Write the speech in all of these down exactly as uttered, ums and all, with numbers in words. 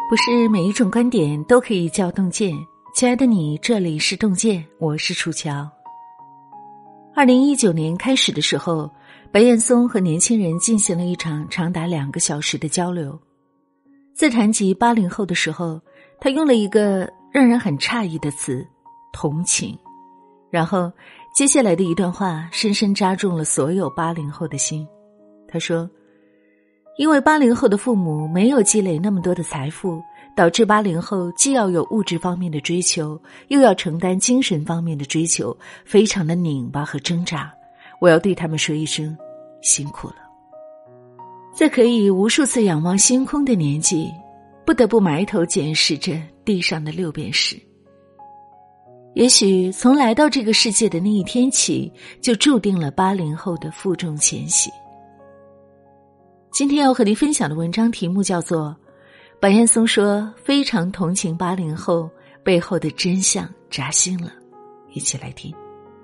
不是每一种观点都可以叫洞见。亲爱的你，这里是洞见，我是楚乔。二零一九年开始的时候，白岩松和年轻人进行了一场长达两个小时的交流。在谈及八零后的时候，他用了一个让人很诧异的词——同情。然后接下来的一段话深深扎中了所有八零后的心。他说，因为八零后的父母没有积累那么多的财富，导致八零后既要有物质方面的追求，又要承担精神方面的追求，非常的拧巴和挣扎。我要对他们说一声辛苦了。在可以无数次仰望星空的年纪，不得不埋头检视着地上的六便士。也许从来到这个世界的那一天起，就注定了八零后的负重前行。今天要和您分享的文章题目叫做白岩松说非常同情八零后，背后的真相扎心了。一起来听。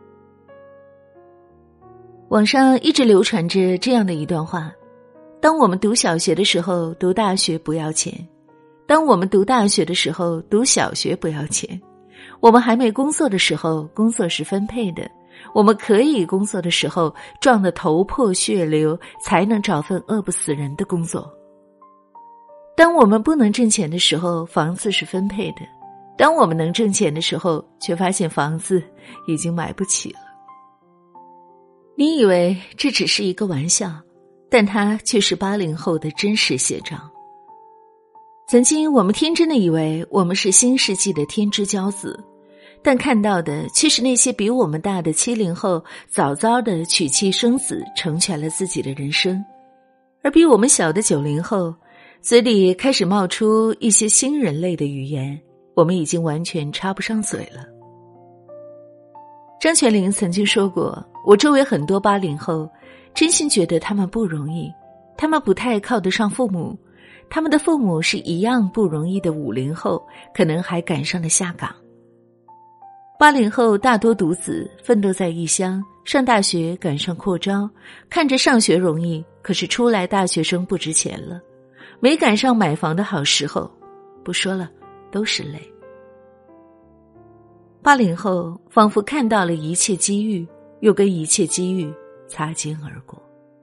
网上一直流传着这样的一段话：当我们读小学的时候，读大学不要钱；当我们读大学的时候，读小学不要钱；我们还没工作的时候，工作是分配的；我们可以工作的时候，撞得头破血流，才能找份饿不死人的工作。当我们不能挣钱的时候，房子是分配的；当我们能挣钱的时候，却发现房子已经买不起了。你以为这只是一个玩笑，但它却是八零后的真实写照。曾经我们天真的以为我们是新世纪的天之骄子，但看到的却是那些比我们大的七零后早早的娶妻生子，成全了自己的人生，而比我们小的九零后嘴里开始冒出一些新人类的语言，我们已经完全插不上嘴了。张泉灵曾经说过，我周围很多八零后真心觉得他们不容易，他们不太靠得上父母，他们的父母是一样不容易的五零后，可能还赶上了下岗。八零后大多独子，奋斗在异乡，上大学赶上扩招，看着上学容易，可是出来大学生不值钱了，没赶上买房的好时候，不说了，都是泪。八零后仿佛看到了一切机遇，又跟一切机遇擦肩而过。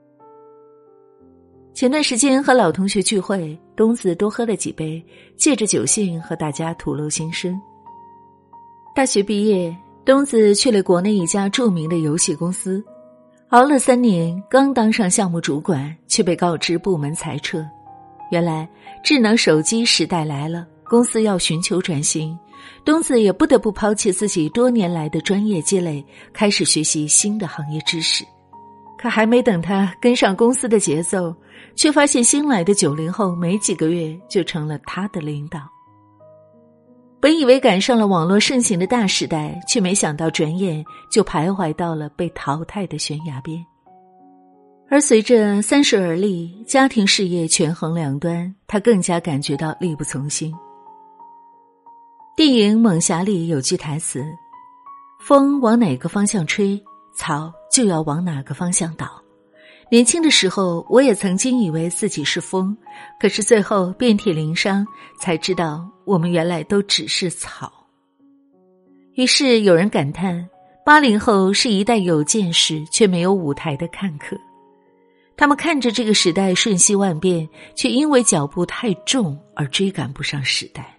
前段时间和老同学聚会，东子多喝了几杯，借着酒兴和大家吐露心声。大学毕业，东子去了国内一家著名的游戏公司，熬了三年，刚当上项目主管，却被告知部门裁撤。原来智能手机时代来了，公司要寻求转型，东子也不得不抛弃自己多年来的专业积累，开始学习新的行业知识。可还没等他跟上公司的节奏，却发现新来的九零后没几个月就成了他的领导。本以为赶上了网络盛行的大时代，却没想到转眼就徘徊到了被淘汰的悬崖边。而随着三十而立，家庭事业权衡两端，他更加感觉到力不从心。电影《猛侠》里有句台词：风往哪个方向吹，草就要往哪个方向倒。年轻的时候，我也曾经以为自己是风，可是最后遍体鳞伤，才知道我们原来都只是草。于是有人感叹，八零后是一代有见识却没有舞台的看客。他们看着这个时代瞬息万变，却因为脚步太重而追赶不上时代。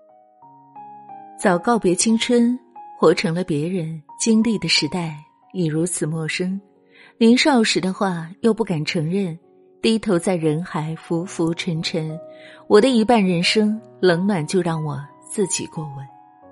早告别青春，活成了别人经历的时代，已如此陌生。年少时的话又不敢承认，低头在人海浮浮沉沉，我的一半人生冷暖就让我自己过问。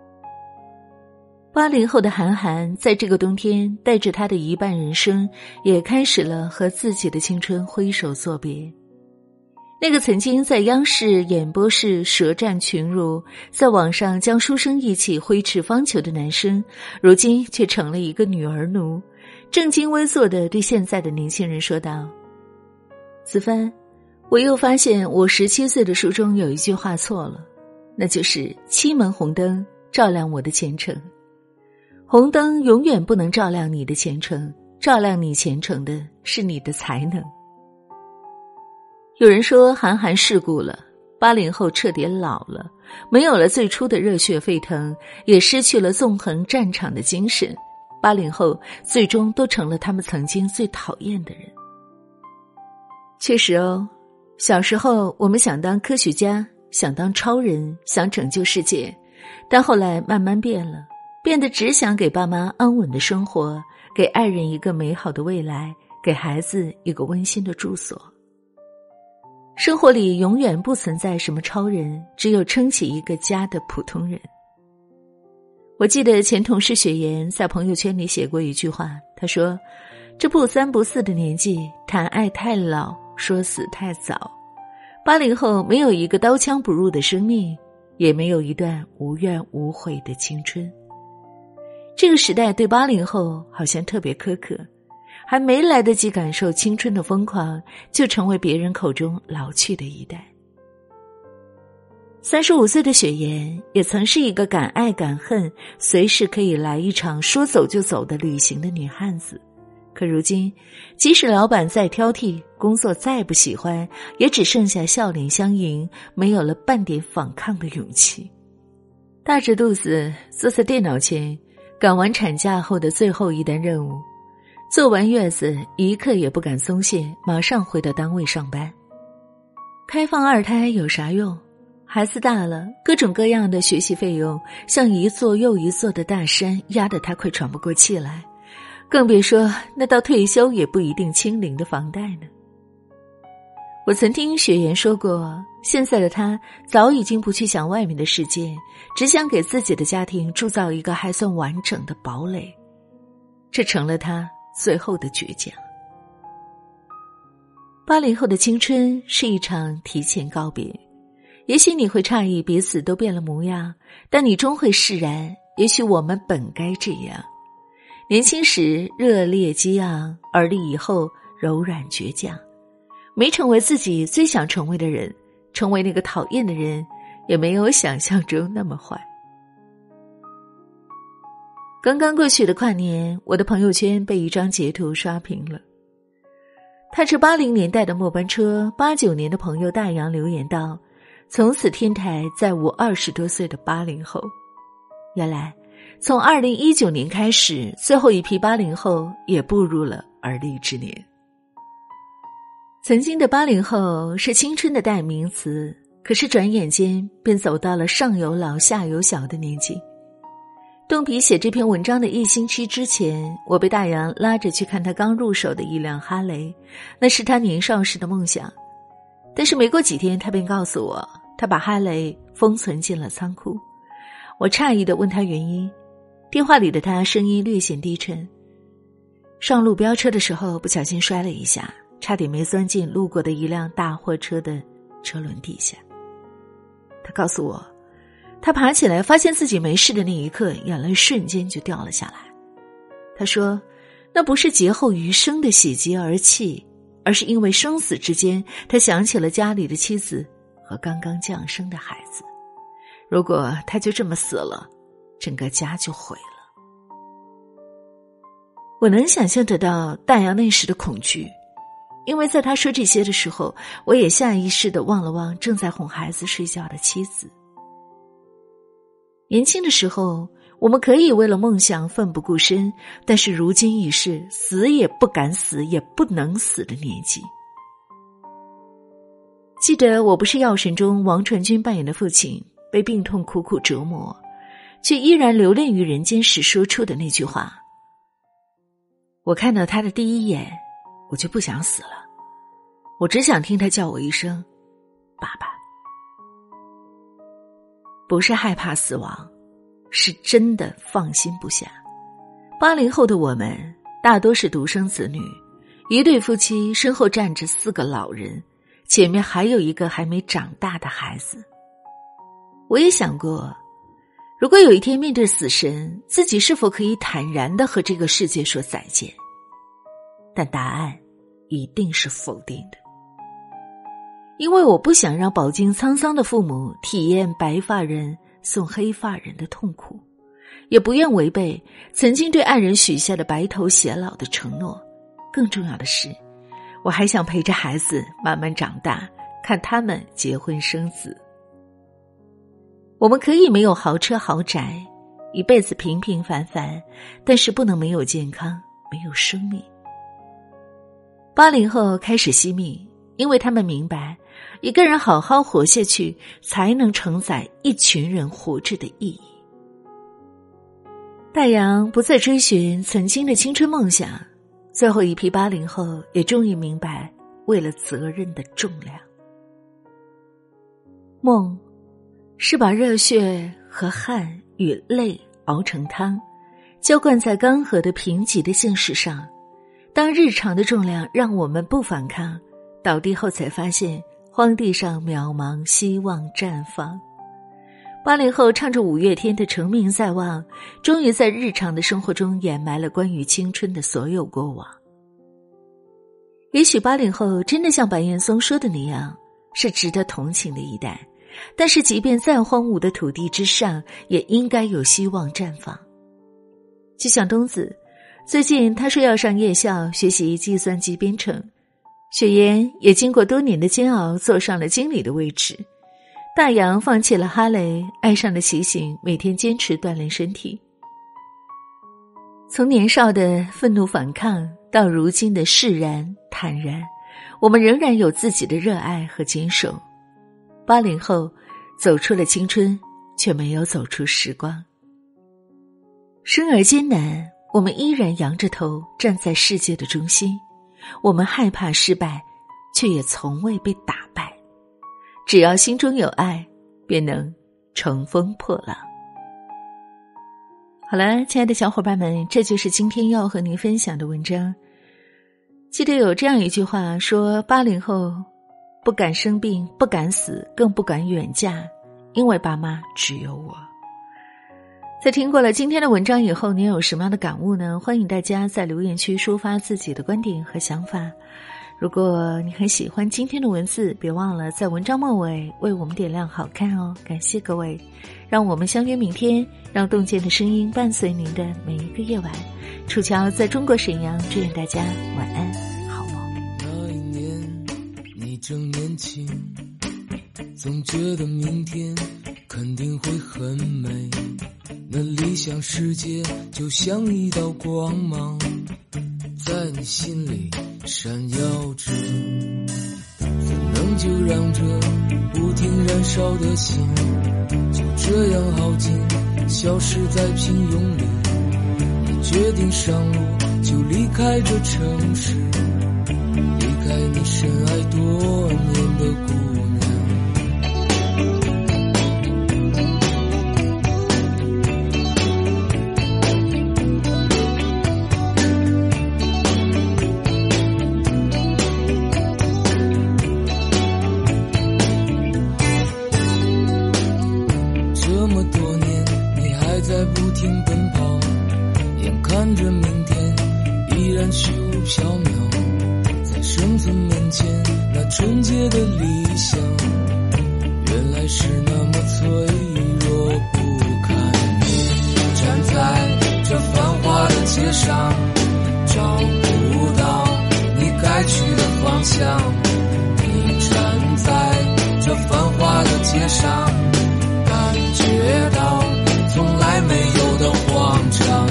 八零后的韩寒在这个冬天带着他的一半人生，也开始了和自己的青春挥手作别。那个曾经在央视演播室舌战群儒，在网上将书生意气挥斥方遒的男生，如今却成了一个女儿奴，正襟危坐地对现在的年轻人说道：子帆，我又发现我十七岁的书中有一句话错了，那就是七门红灯照亮我的前程。红灯永远不能照亮你的前程，照亮你前程的是你的才能。有人说韩寒世故了， 八零后彻底老了，没有了最初的热血沸腾，也失去了纵横战场的精神。八零后最终都成了他们曾经最讨厌的人。确实哦，小时候我们想当科学家，想当超人，想拯救世界，但后来慢慢变了，变得只想给爸妈安稳的生活，给爱人一个美好的未来，给孩子一个温馨的住所。生活里永远不存在什么超人，只有撑起一个家的普通人。我记得前同事雪岩在朋友圈里写过一句话，他说，这不三不四的年纪，谈爱太老，说死太早。八零后没有一个刀枪不入的生命，也没有一段无怨无悔的青春。这个时代对八零后好像特别苛刻，还没来得及感受青春的疯狂，就成为别人口中老去的一代。三十五岁的雪岩也曾是一个敢爱敢恨，随时可以来一场说走就走的旅行的女汉子。可如今，即使老板再挑剔，工作再不喜欢，也只剩下笑脸相迎，没有了半点反抗的勇气。大着肚子坐在电脑前，赶完产假后的最后一单任务，做完月子一刻也不敢松懈，马上回到单位上班。开放二胎有啥用？孩子大了，各种各样的学习费用像一座又一座的大山，压得他快喘不过气来，更别说那到退休也不一定清零的房贷呢。我曾听雪岩说过，现在的他早已经不去想外面的世界，只想给自己的家庭铸造一个还算完整的堡垒，这成了他最后的倔强。八零后的青春是一场提前告别，也许你会诧异彼此都变了模样，但你终会释然，也许我们本该这样。年轻时热烈激昂，而立以后柔软倔强，没成为自己最想成为的人，成为那个讨厌的人，也没有想象中那么坏。刚刚过去的跨年，我的朋友圈被一张截图刷屏了。踏着八零年代的末班车，八九年的朋友大洋留言道，从此天台再无二十多岁的八零后。原来从二零一九年开始，最后一批八零后也步入了而立之年。曾经的八零后是青春的代名词，可是转眼间便走到了上有老下有小的年纪。动笔写这篇文章的一星期之前，我被大洋拉着去看他刚入手的一辆哈雷，那是他年少时的梦想。但是没过几天，他便告诉我，他把哈雷封存进了仓库。我诧异地问他原因，电话里的他声音略显低沉，上路飙车的时候不小心摔了一下，差点没钻进路过的一辆大货车的车轮底下。他告诉我，他爬起来发现自己没事的那一刻，眼泪瞬间就掉了下来。他说，那不是劫后余生的喜极而泣，而是因为生死之间，他想起了家里的妻子和刚刚降生的孩子。如果他就这么死了，整个家就毁了。我能想象得到大洋那时的恐惧，因为在他说这些的时候，我也下意识地望了望正在哄孩子睡觉的妻子。年轻的时候，我们可以为了梦想奋不顾身，但是如今已是死也不敢死也不能死的年纪。记得《我不是药神》中王传君扮演的父亲被病痛苦苦折磨，却依然留恋于人间时说出的那句话，我看到他的第一眼，我就不想死了，我只想听他叫我一声爸爸。不是害怕死亡，是真的放心不下。八零后的我们大多是独生子女，一对夫妻身后站着四个老人，前面还有一个还没长大的孩子。我也想过，如果有一天面对死神，自己是否可以坦然地和这个世界说再见？但答案一定是否定的。因为我不想让饱经沧桑的父母体验白发人送黑发人的痛苦，也不愿违背曾经对爱人许下的白头偕老的承诺。更重要的是，我还想陪着孩子慢慢长大， 看他们结婚生子。我们可以没有豪车豪宅，一辈子平平凡凡，但是不能没有健康，没有生命。八零后开始惜命，因为他们明白，一个人好好活下去，才能承载一群人活着的意义。大洋不再追寻曾经的青春梦想，最后一批八零后也终于明白为了责任的重量。梦是把热血和汗与泪熬成汤，浇灌在干涸的贫瘠的现实上。当日常的重量让我们不反抗，倒地后才发现荒地上渺茫希望绽放。八零后唱着五月天的成名在望，终于在日常的生活中掩埋了关于青春的所有过往。也许八零后真的像白岩松说的那样，是值得同情的一代，但是即便再荒芜的土地之上，也应该有希望绽放。就像东子，最近他说要上夜校学习计算机编程，雪岩也经过多年的煎熬坐上了经理的位置，大洋放弃了哈雷，爱上了骑行，每天坚持锻炼身体。从年少的愤怒反抗到如今的释然坦然，我们仍然有自己的热爱和坚守。八零后走出了青春，却没有走出时光。生而艰难，我们依然仰着头站在世界的中心，我们害怕失败，却也从未被打败。只要心中有爱，便能乘风破浪。好了，亲爱的小伙伴们，这就是今天要和您分享的文章。记得有这样一句话说，八零后不敢生病，不敢死，更不敢远嫁，因为爸妈只有我。在听过了今天的文章以后，你有什么样的感悟呢？欢迎大家在留言区抒发自己的观点和想法。如果你很喜欢今天的文字，别忘了在文章末尾为我们点亮好看哦，感谢各位。让我们相约明天，让洞见的声音伴随您的每一个夜晚。楚乔在中国沈阳，祝愿大家晚安，好梦。 那一年你正年轻，总觉得明天肯定会很美，那理想世界就像一道光芒，在你心里闪耀着，怎能就让这不停燃烧的心就这样耗尽，消失在平庸里。你决定上路，就离开这城市，离开你深爱多年的姑娘。这么多年你还在不停奔跑，眼看着明天依然虚无缥缈，在生存门前那纯洁的理想，原来是那么脆弱不堪。站在这繁华的街上，找不到你该去的方向，你站在这繁华的街上，感觉到从来没有的慌张。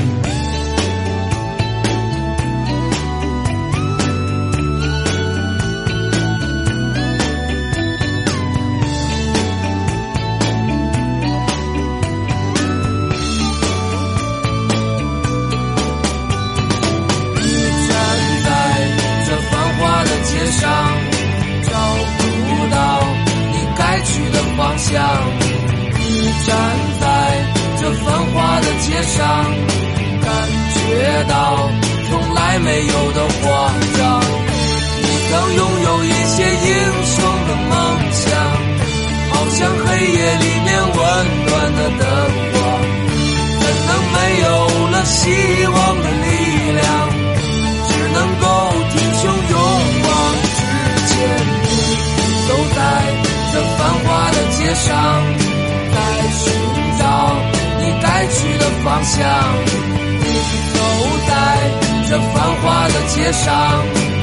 你站在这繁华的街上，找不到你该去的方向，你站在这繁华的街上，感觉到从来没有的慌张。你曾拥有一些英雄的梦想，好像黑夜里面温暖的灯光，怎能没有了希望的力量，只能够挺胸勇往直前。你走在这繁华的街上，在寻找你该去的方向，你走在这繁华的街上，